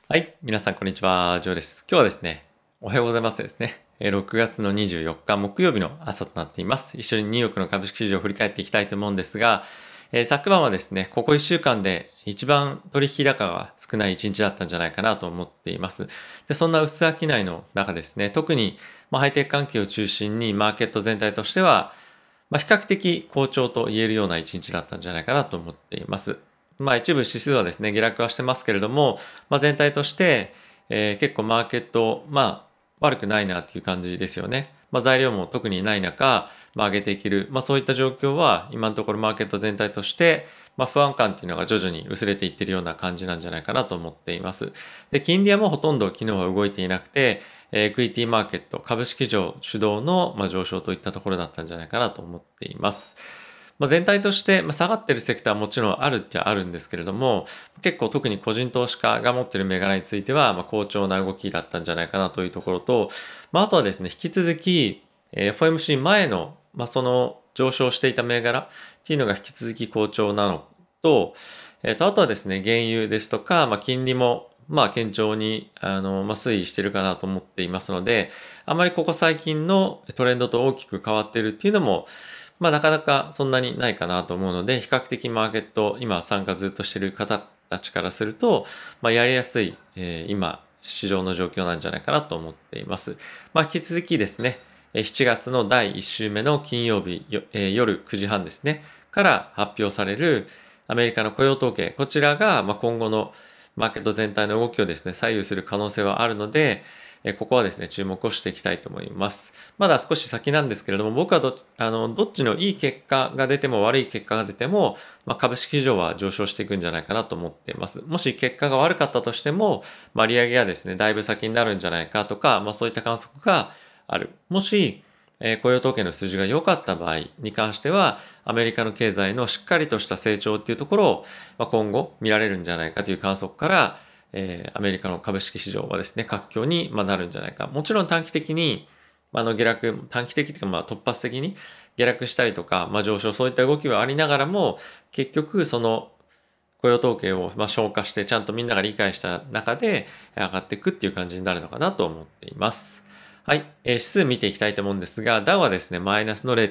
はい。皆さん、こんにちは。ジョーです。今日はですね、おはようございますですね。6月の24日木曜日の朝となっています。一緒にニューヨークの株式市場を振り返っていきたいと思うんですが、昨晩はですね、ここ1週間で一番取引高が少ない1日だったんじゃないかなと思っています。で、そんな薄商いの中ですね、特にハイテク関係を中心にマーケット全体としては、比較的好調と言えるような一日だったんじゃないかなと思っています。一部指数はですね、下落はしてますけれども、全体として、結構マーケット、悪くないなっていう感じですよね。材料も特にない中、上げていける、そういった状況は、今のところマーケット全体として、不安感っていうのが徐々に薄れていっているような感じなんじゃないかなと思っています。で、金利はもうほとんど昨日は動いていなくて、エクイティマーケット、株式上主導の上昇といったところだったんじゃないかなと思っています。全体として下がっているセクターはもちろんあるっちゃあるんですけれども、結構特に個人投資家が持っている銘柄については、好調な動きだったんじゃないかなというところと、あとはですね、引き続き、FOMC 前の、その上昇していた銘柄っていうのが引き続き好調なのと、あとはですね、原油ですとか、金利も、堅調に、推移しているかなと思っていますので、あまりここ最近のトレンドと大きく変わっているっていうのも、なかなかそんなにないかなと思うので、比較的マーケット、今参加ずっとしている方たちからすると、やりやすい、今、市場の状況なんじゃないかなと思っています。引き続きですね、7月の第1週目の金曜日、夜9時半ですね、から発表されるアメリカの雇用統計、こちらが今後のマーケット全体の動きをですね、左右する可能性はあるので、ここはですね、注目をしていきたいと思います。まだ少し先なんですけれども、僕はどっちのいい結果が出ても悪い結果が出ても、株式市場は上昇していくんじゃないかなと思っています。もし結果が悪かったとしても、利上げがですね、だいぶ先になるんじゃないかとか、そういった観測がある。もし、雇用統計の数字が良かった場合に関しては、アメリカの経済のしっかりとした成長っていうところを、今後見られるんじゃないかという観測から、アメリカの株式市場はですね、活況になるんじゃないか。もちろん短期的に、下落、短期的というか、突発的に下落したりとか、上昇、そういった動きはありながらも、結局、その雇用統計を消化して、ちゃんとみんなが理解した中で上がっていくっていう感じになるのかなと思っています。はい。指数見ていきたいと思うんですが、ダウはですね、マイナスの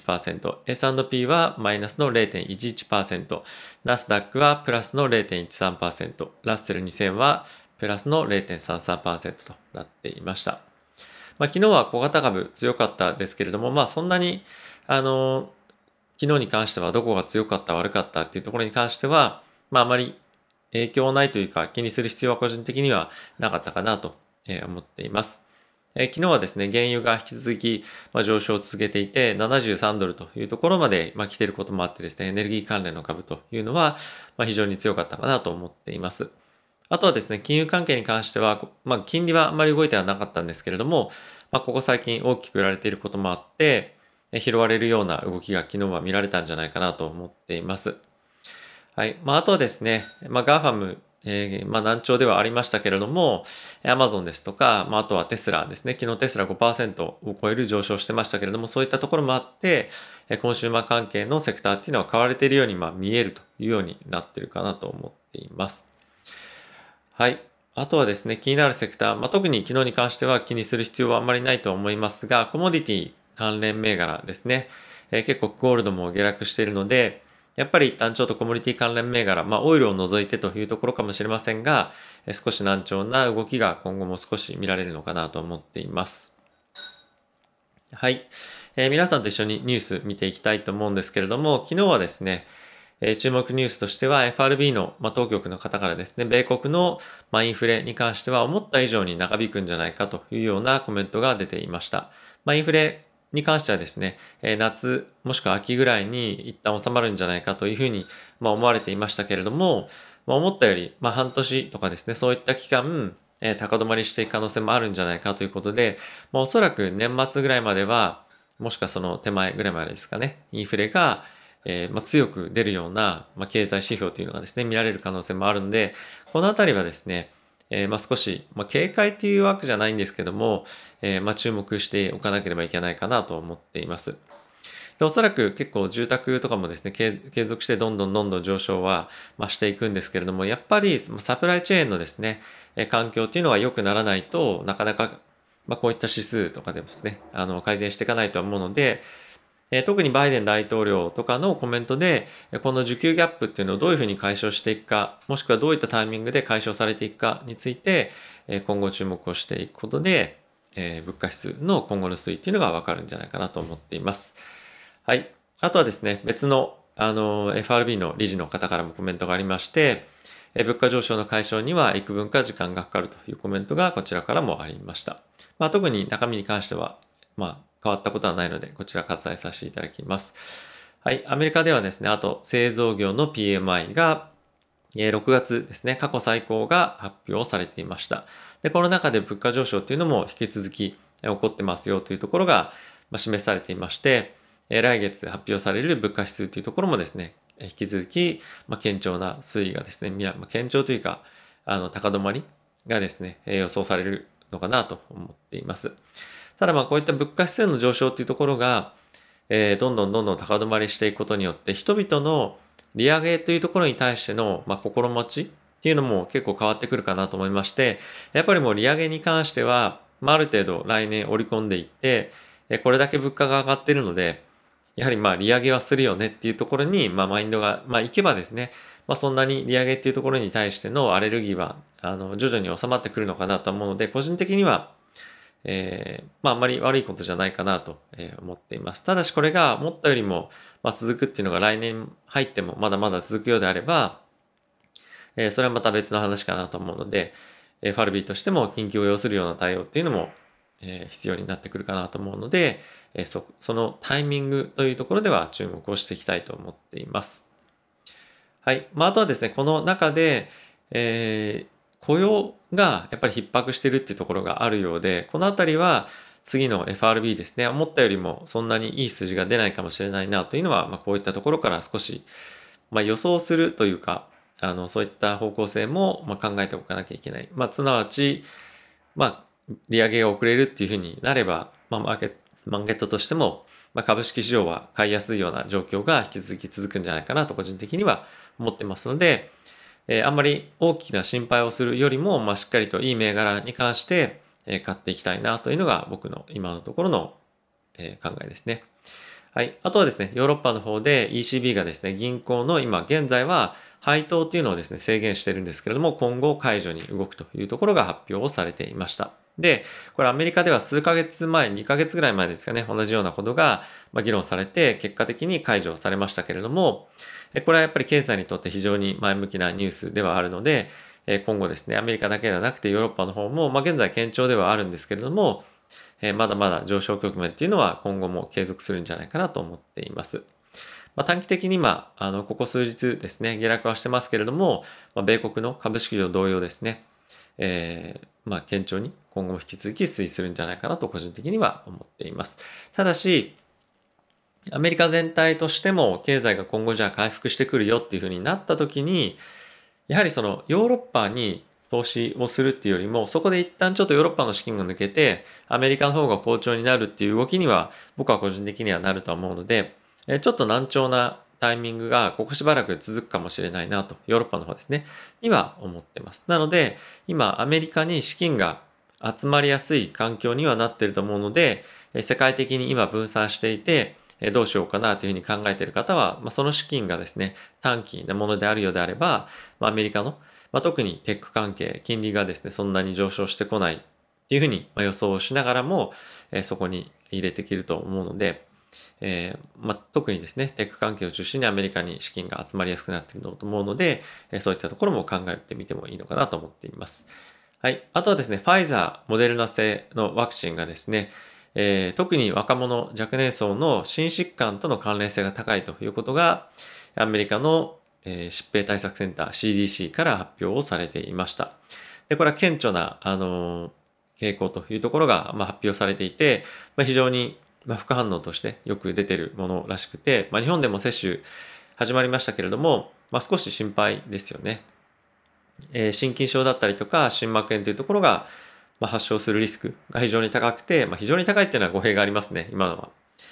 0.21%、S&P はマイナスの0.11%、ナスダックはプラスの0.13%、ラッセル2000はプラスの0.33%となっていました。昨日は小型株強かったですけれども、そんなに、昨日に関してはどこが強かった悪かったっていうところに関しては、あまり影響はないというか気にする必要は個人的にはなかったかなと思っています。昨日はですね、原油が引き続き、上昇を続けていて、73ドルというところまで、来ていることもあってですね、エネルギー関連の株というのは、非常に強かったかなと思っています。あとはですね、金融関係に関しては、金利はあんまり動いてはなかったんですけれども、ここ最近大きく売られていることもあって、拾われるような動きが昨日は見られたんじゃないかなと思っています。はい。あとはですね、ガーファム、難聴ではありましたけれども、アマゾンですとか、あとはテスラですね。昨日テスラ5%を超える上昇してましたけれども、そういったところもあって、コンシューマー関係のセクターっていうのは買われているように見えるというようになっているかなと思っています。はい。あとはですね、気になるセクター、特に昨日に関しては気にする必要はあんまりないと思いますが、コモディティ関連銘柄ですね。結構ゴールドも下落しているので、やっぱり一旦ちょっとコモディティ関連銘柄、オイルを除いてというところかもしれませんが、少し難聴な動きが今後も少し見られるのかなと思っています。はい。皆さんと一緒にニュース見ていきたいと思うんですけれども、昨日はですね、注目ニュースとしては FRB の、当局の方からですね、米国の、インフレに関しては思った以上に長引くんじゃないかというようなコメントが出ていました。インフレに関してはですね、夏もしくは秋ぐらいに一旦収まるんじゃないかというふうに、思われていましたけれども、思ったより、半年とかですね、そういった期間、高止まりしていく可能性もあるんじゃないかということで、おそらく年末ぐらいまでは、もしくはその手前ぐらいまでですかね、インフレが強く出るような、経済指標というのがですね、見られる可能性もあるので、このあたりはですね、少し、警戒っていうわけじゃないんですけども、注目しておかなければいけないかなと思っています。 で、おそらく結構住宅とかもですね、継続してどんどんどんどん上昇は、していくんですけれども、やっぱりサプライチェーンのですね、環境っていうのが良くならないとなかなか、こういった指数とかでもですね、改善していかないと思うので、特にバイデン大統領とかのコメントで、この需給ギャップっていうのをどういうふうに解消していくか、もしくはどういったタイミングで解消されていくかについて、今後注目をしていくことで、物価指数の今後の推移っていうのがわかるんじゃないかなと思っています。はい。あとはですね、別の、FRB の理事の方からもコメントがありまして、物価上昇の解消には幾分か時間がかかるというコメントがこちらからもありました。特に中身に関しては、変わったことはないので、こちら割愛させていただきます。はい。アメリカではですね、あと製造業の PMI が、6月ですね、過去最高が発表されていました。で、この中で物価上昇というのも引き続き起こってますよというところが示されていまして、来月発表される物価指数というところもですね、引き続き、堅調な推移がですね、堅調というか、高止まりがですね、予想されるのかなと思っています。ただこういった物価指数の上昇というところが、どんどんどんどん高止まりしていくことによって、人々の利上げというところに対しての、心持ちっていうのも結構変わってくるかなと思いまして、やっぱりもう利上げに関しては、ある程度来年織り込んでいって、これだけ物価が上がっているので、やはり利上げはするよねっていうところに、マインドが、いけばですね、そんなに利上げっていうところに対してのアレルギーは、徐々に収まってくるのかなと思うので、個人的には、あんまり悪いことじゃないかなと思っています。ただしこれが思ったよりも、続くっていうのが来年入ってもまだまだ続くようであれば、それはまた別の話かなと思うので、FRB としても緊急を要するような対応っていうのも、必要になってくるかなと思うので、そのタイミングというところでは注目をしていきたいと思っています。はい。あとはですね、この中で、雇用がやっぱり逼迫してるっていうところがあるようで、このあたりは次の FRB ですね、思ったよりもそんなにいい数字が出ないかもしれないなというのは、こういったところから少し、予想するというか、そういった方向性も、考えておかなきゃいけない。すなわち、利上げが遅れるっていうふうになれば、マーケットとしても、株式市場は買いやすいような状況が引き続き続くんじゃないかなと個人的には思ってますので、あんまり大きな心配をするよりも、しっかりといい銘柄に関して、買っていきたいなというのが僕の今のところの、考えですね。はい。あとはですね、ヨーロッパの方で ECB がですね、銀行の今現在は配当っていうのをですね、制限してるんですけれども、今後解除に動くというところが発表をされていました。で、これアメリカでは数ヶ月前、2ヶ月ぐらい前ですかね、同じようなことが議論されて、結果的に解除されましたけれども、これはやっぱり経済にとって非常に前向きなニュースではあるので、今後ですね、アメリカだけではなくてヨーロッパの方も、現在堅調ではあるんですけれども、まだまだ上昇局面っていうのは今後も継続するんじゃないかなと思っています。短期的にここ数日ですね、下落はしてますけれども、米国の株式市場同様ですね、堅調に今後も引き続き推移するんじゃないかなと個人的には思っています。ただし、アメリカ全体としても経済が今後じゃあ回復してくるよっていうふうになった時に、やはりそのヨーロッパに投資をするっていうよりも、そこで一旦ちょっとヨーロッパの資金が抜けて、アメリカの方が好調になるっていう動きには、僕は個人的にはなると思うので、ちょっと難聴なタイミングがここしばらく続くかもしれないなと、ヨーロッパの方ですね、には思ってます。なので、今アメリカに資金が集まりやすい環境にはなっていると思うので、世界的に今分散していて、どうしようかなというふうに考えている方は、その資金がですね、短期なものであるようであれば、アメリカの、特にテック関係、金利がですね、そんなに上昇してこないっていうふうに予想をしながらも、そこに入れていけると思うので、特にですね、テック関係を中心にアメリカに資金が集まりやすくなっていると思うので、そういったところも考えてみてもいいのかなと思っています。はい。あとはですね、ファイザー、モデルナ製のワクチンがですね、特に若者、若年層の心疾患との関連性が高いということが、アメリカの、疾病対策センター CDC から発表をされていました。で、これは顕著な、傾向というところが、発表されていて、非常に、副反応としてよく出ているものらしくて、日本でも接種始まりましたけれども、少し心配ですよね。心筋症だったりとか、心膜炎というところが、発症するリスクが非常に高くて、非常に高いっていうのは語弊がありますね、今のは。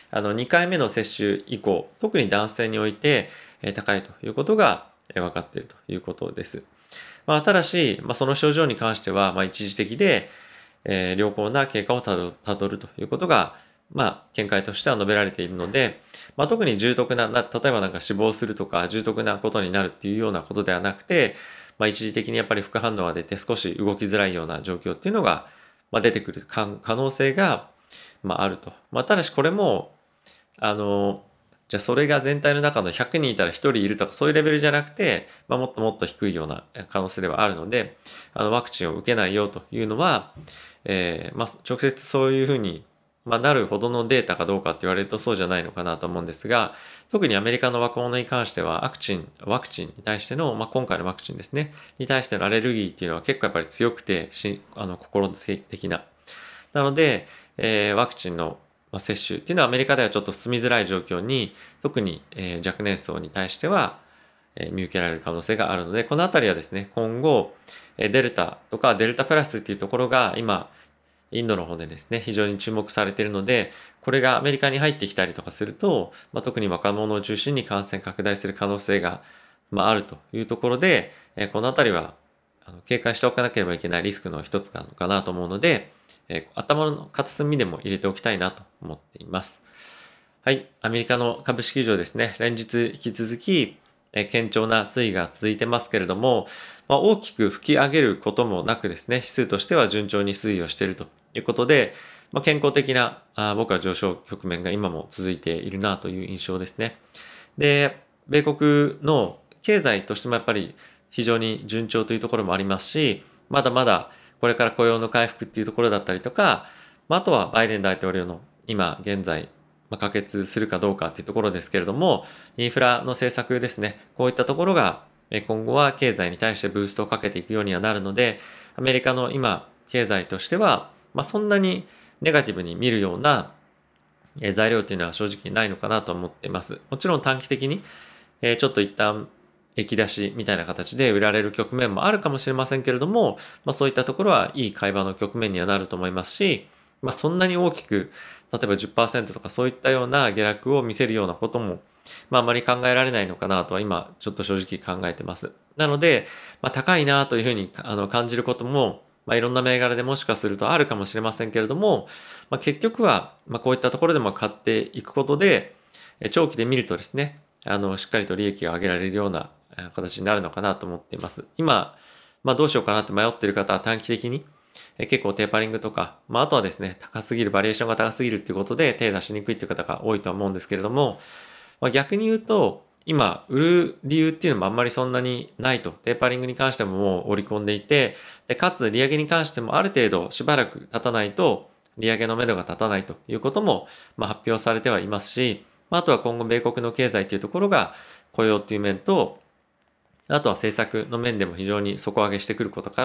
2回目の接種以降、特に男性において高いということが分かっているということです。ただし、その症状に関しては、一時的で、良好な経過をたどるということが、見解としては述べられているので、特に重篤な、例えばなんか死亡するとか重篤なことになるっていうようなことではなくて、一時的にやっぱり副反応が出て少し動きづらいような状況っていうのが、出てくる可能性が、あると。ただしこれも、じゃあそれが全体の中の100人いたら1人いるとかそういうレベルじゃなくて、もっともっと低いような可能性ではあるので、ワクチンを受けないよというのは、直接そういうふうに、なるほどのデータかどうかって言われるとそうじゃないのかなと思うんですが、特にアメリカの若者に関してはワクチンに対しての、今回のワクチンですね、に対してのアレルギーっていうのは結構やっぱり強くて、心的な。なので、ワクチンの接種っていうのはアメリカではちょっと進みづらい状況に、特に若年層に対しては見受けられる可能性があるので、このあたりはですね、今後、デルタとかデルタプラスっていうところが今、インドの方でですね、非常に注目されているので、これがアメリカに入ってきたりとかすると、特に若者を中心に感染拡大する可能性が、あるというところで、このあたりは警戒しておかなければいけないリスクの一つなのかなと思うので、頭の片隅でも入れておきたいなと思っています。はい。アメリカの株式市場ですね。連日引き続き、堅調な推移が続いてますけれども、大きく吹き上げることもなくですね、指数としては順調に推移をしているということで、健康的な僕は上昇局面が今も続いているなという印象ですね。で、米国の経済としてもやっぱり非常に順調というところもありますし、まだまだこれから雇用の回復っていうところだったりとか、あとはバイデン大統領の今現在、可決するかどうかっていうところですけれども、インフラの政策ですね、こういったところが今後は経済に対してブーストをかけていくようにはなるので、アメリカの今、経済としては、そんなにネガティブに見るような材料っていうのは正直ないのかなと思っています。もちろん短期的にちょっと一旦液出しみたいな形で売られる局面もあるかもしれませんけれども、そういったところはいい買い場の局面にはなると思いますし、そんなに大きく、例えば 10% とかそういったような下落を見せるようなことも、あまり考えられないのかなとは今ちょっと正直考えてます。なので、高いなというふうに感じることも、いろんな銘柄でもしかするとあるかもしれませんけれども、結局は、こういったところでも買っていくことで、長期で見るとですね、しっかりと利益が上げられるような形になるのかなと思っています。今、どうしようかなって迷っている方は短期的に結構テーパリングとか、あとはですね、高すぎる、バリエーションが高すぎるっていうことで手出しにくいっていう方が多いとは思うんですけれども、逆に言うと、今、売る理由っていうのもあんまりそんなにないと。テーパリングに関してももう織り込んでいて、でかつ利上げに関してもある程度しばらく経たないと、利上げの目処が立たないということも、発表されてはいますし、あとは今後米国の経済っていうところが雇用っていう面と、あとは政策の面でも非常に底上げしてくることから、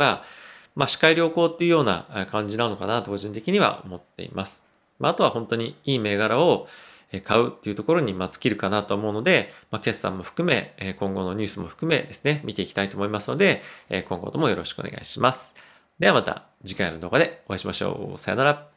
視界良好っていうような感じなのかなと個人的には思っています。あとは本当にいい銘柄を買うっていうところに尽きるかなと思うので、決算も含め、今後のニュースも含めですね、見ていきたいと思いますので、今後ともよろしくお願いします。ではまた次回の動画でお会いしましょう。さよなら。